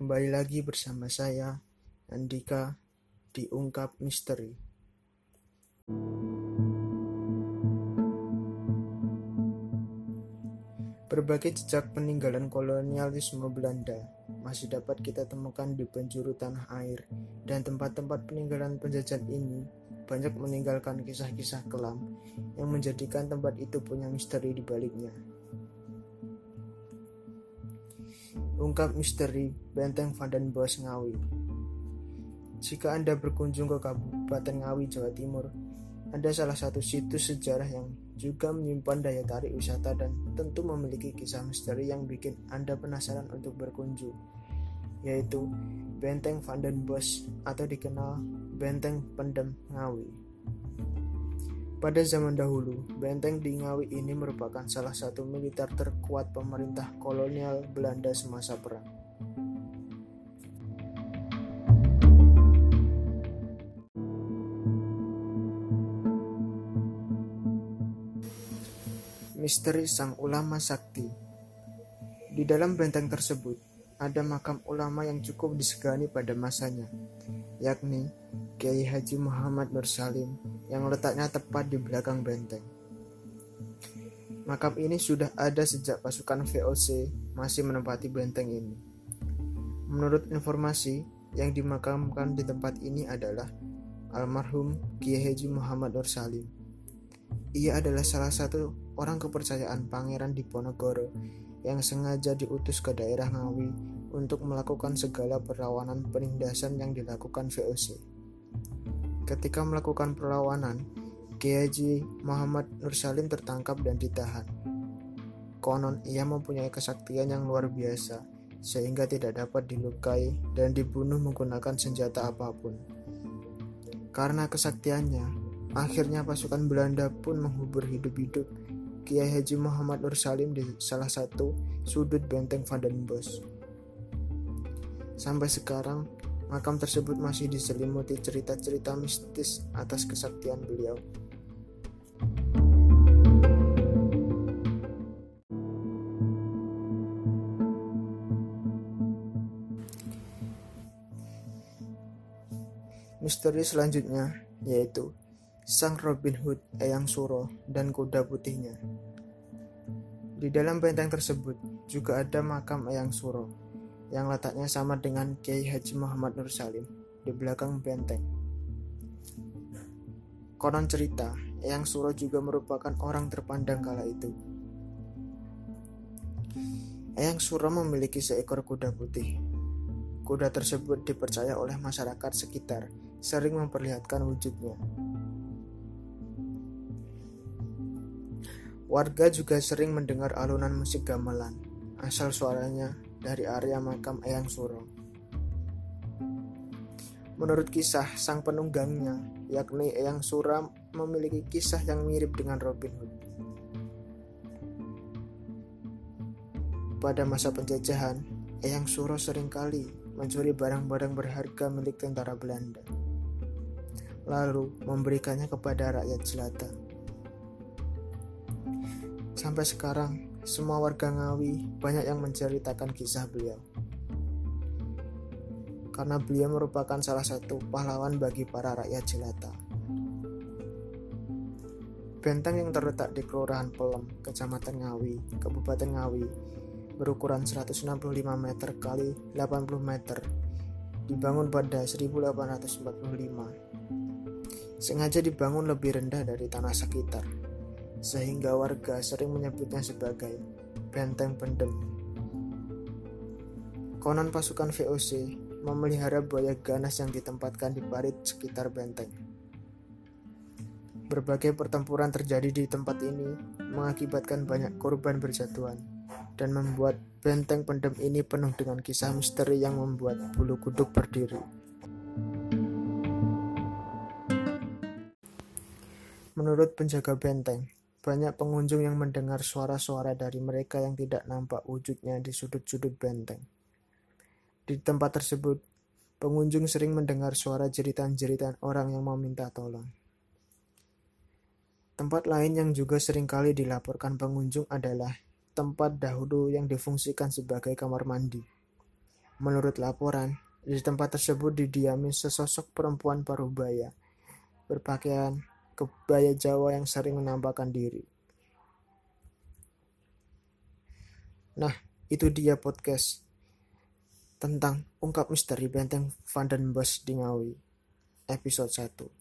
Kembali lagi bersama saya, Andika, di Ungkap Misteri. Berbagai jejak peninggalan kolonialisme Belanda masih dapat kita temukan di penjuru tanah air, dan tempat-tempat peninggalan penjajahan ini banyak meninggalkan kisah-kisah kelam yang menjadikan tempat itu punya misteri di baliknya. Ungkap Misteri Benteng Van den Bosch Ngawi. Jika Anda berkunjung ke Kabupaten Ngawi, Jawa Timur, ada salah satu situs sejarah yang juga menyimpan daya tarik wisata dan tentu memiliki kisah misteri yang bikin Anda penasaran untuk berkunjung, yaitu Benteng Van den Bosch atau dikenal Benteng Pendem Ngawi. Pada zaman dahulu, benteng di Ngawi ini merupakan salah satu militer terkuat pemerintah kolonial Belanda semasa perang. Misteri Sang Ulama Sakti. Di dalam benteng tersebut, ada makam ulama yang cukup disegani pada masanya, yakni Kiai Haji Muhammad Nur Salim yang letaknya tepat di belakang benteng. Makam ini sudah ada sejak pasukan VOC masih menempati benteng ini. Menurut informasi, yang dimakamkan di tempat ini adalah almarhum Kiai Haji Muhammad Nur Salim. Ia adalah salah satu orang kepercayaan Pangeran Diponegoro yang sengaja diutus ke daerah Ngawi untuk melakukan segala perlawanan penindasan yang dilakukan VOC. Ketika melakukan perlawanan, Kiai Haji Muhammad Nur Salim tertangkap dan ditahan. Konon ia mempunyai kesaktian yang luar biasa, sehingga tidak dapat dilukai dan dibunuh menggunakan senjata apapun. Karena kesaktiannya, akhirnya pasukan Belanda pun menghubur hidup-hidup Kiai Haji Muhammad Nur Salim di salah satu sudut benteng Van den Bosch. Sampai sekarang, makam tersebut masih diselimuti cerita-cerita mistis atas kesaktian beliau. Misteri selanjutnya yaitu Sang Robin Hood, Eyang Suro, dan kuda putihnya. Di dalam benteng tersebut juga ada makam Eyang Suro yang letaknya sama dengan Kiai Haji Muhammad Nur Salim di belakang benteng. Konon cerita, Eyang Suro juga merupakan orang terpandang kala itu. Eyang Suro memiliki seekor kuda putih. Kuda tersebut dipercaya oleh masyarakat sekitar sering memperlihatkan wujudnya. Warga juga sering mendengar alunan musik gamelan, asal suaranya dari area makam Eyang Suro. Menurut kisah, sang penunggangnya, yakni Eyang Suro, memiliki kisah yang mirip dengan Robin Hood. Pada masa penjajahan, Eyang Suro seringkali mencuri barang-barang berharga milik tentara Belanda, lalu memberikannya kepada rakyat jelata. Sampai sekarang, semua warga Ngawi banyak yang menceritakan kisah beliau, karena beliau merupakan salah satu pahlawan bagi para rakyat jelata. Benteng yang terletak di Kelurahan Pelem, Kecamatan Ngawi, Kabupaten Ngawi, berukuran 165 meter kali 80 meter, dibangun pada 1845. Sengaja dibangun lebih rendah dari tanah sekitar, sehingga warga sering menyebutnya sebagai Benteng Pendem. Konon pasukan VOC memelihara buaya ganas yang ditempatkan di parit sekitar benteng. Berbagai pertempuran terjadi di tempat ini mengakibatkan banyak korban berjatuhan dan membuat Benteng Pendem ini penuh dengan kisah misteri yang membuat bulu kuduk berdiri. Menurut penjaga benteng, banyak pengunjung yang mendengar suara-suara dari mereka yang tidak nampak wujudnya di sudut-sudut benteng. Di tempat tersebut, pengunjung sering mendengar suara jeritan-jeritan orang yang meminta tolong. Tempat lain yang juga seringkali dilaporkan pengunjung adalah tempat dahulu yang difungsikan sebagai kamar mandi. Menurut laporan, di tempat tersebut didiami sesosok perempuan parubaya, berpakaian kebaya Jawa yang sering menampakkan diri. Nah, itu dia podcast tentang ungkap misteri Benteng Van den Bosch di Ngawi, episode 1.